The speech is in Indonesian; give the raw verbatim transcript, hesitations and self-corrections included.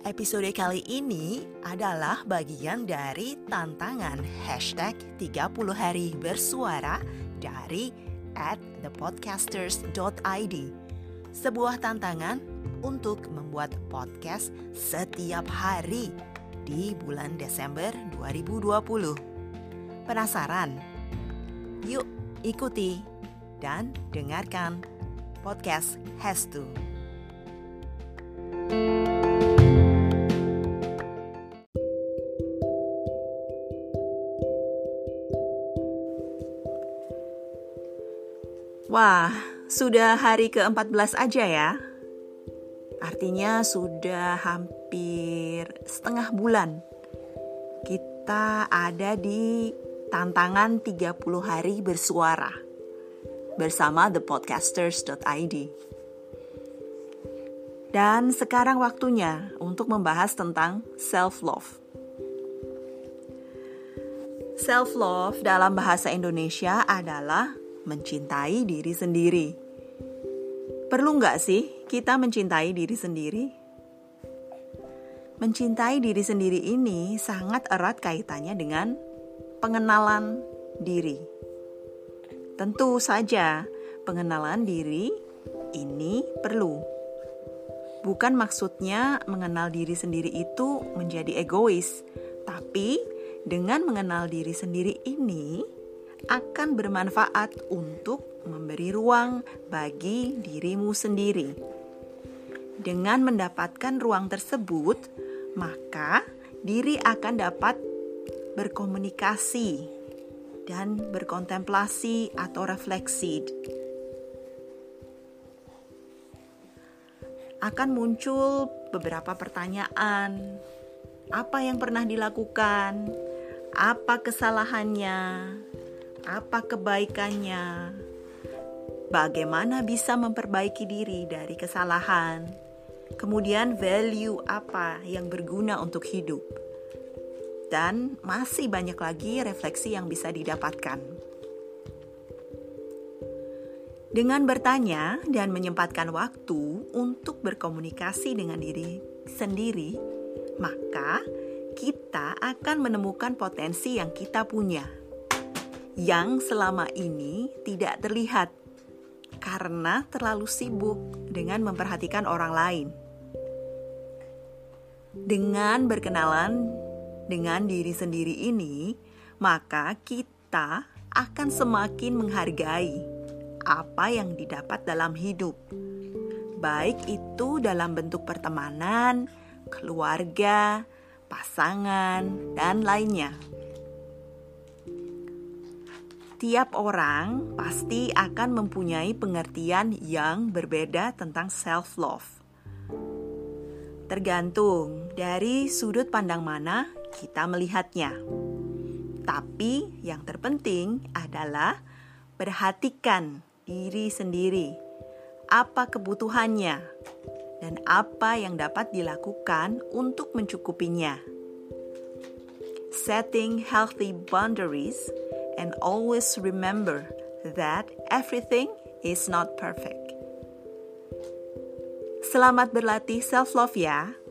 Episode kali ini adalah bagian dari tantangan hashtag tiga puluh hari bersuara dari at the podcasters dot i d. Sebuah tantangan untuk membuat podcast setiap hari di bulan Desember dua ribu dua puluh. Penasaran? Yuk ikuti dan dengarkan podcast Hestu. Wah, sudah hari ke empat belas aja ya. Artinya sudah hampir setengah bulan kita ada di tantangan tiga puluh hari bersuara bersama the podcasters dot i d. Dan sekarang waktunya untuk membahas tentang self-love. Self-love dalam bahasa Indonesia adalah mencintai diri sendiri. Perlu nggak sih kita mencintai diri sendiri? Mencintai diri sendiri ini sangat erat kaitannya dengan pengenalan diri. Tentu saja pengenalan diri ini perlu. Bukan maksudnya mengenal diri sendiri itu menjadi egois, tapi dengan mengenal diri sendiri ini akan bermanfaat untuk memberi ruang bagi dirimu sendiri. Dengan mendapatkan ruang tersebut, maka diri akan dapat berkomunikasi dan berkontemplasi atau refleksi. Akan muncul beberapa pertanyaan. Apa yang pernah dilakukan? Apa kesalahannya? Apa kebaikannya? Bagaimana bisa memperbaiki diri dari kesalahan? Kemudian value apa yang berguna untuk hidup? Dan masih banyak lagi refleksi yang bisa didapatkan. Dengan bertanya dan menyempatkan waktu untuk berkomunikasi dengan diri sendiri, maka kita akan menemukan potensi yang kita punya, yang selama ini tidak terlihat karena terlalu sibuk dengan memperhatikan orang lain. Dengan berkenalan dengan diri sendiri ini, maka kita akan semakin menghargai apa yang didapat dalam hidup, baik itu dalam bentuk pertemanan, keluarga, pasangan, dan lainnya. Tiap orang pasti akan mempunyai pengertian yang berbeda tentang self-love. Tergantung dari sudut pandang mana kita melihatnya. Tapi yang terpenting adalah perhatikan diri sendiri. Apa kebutuhannya dan apa yang dapat dilakukan untuk mencukupinya. Setting healthy boundaries and always remember that everything is not perfect. Selamat berlatih self-love ya.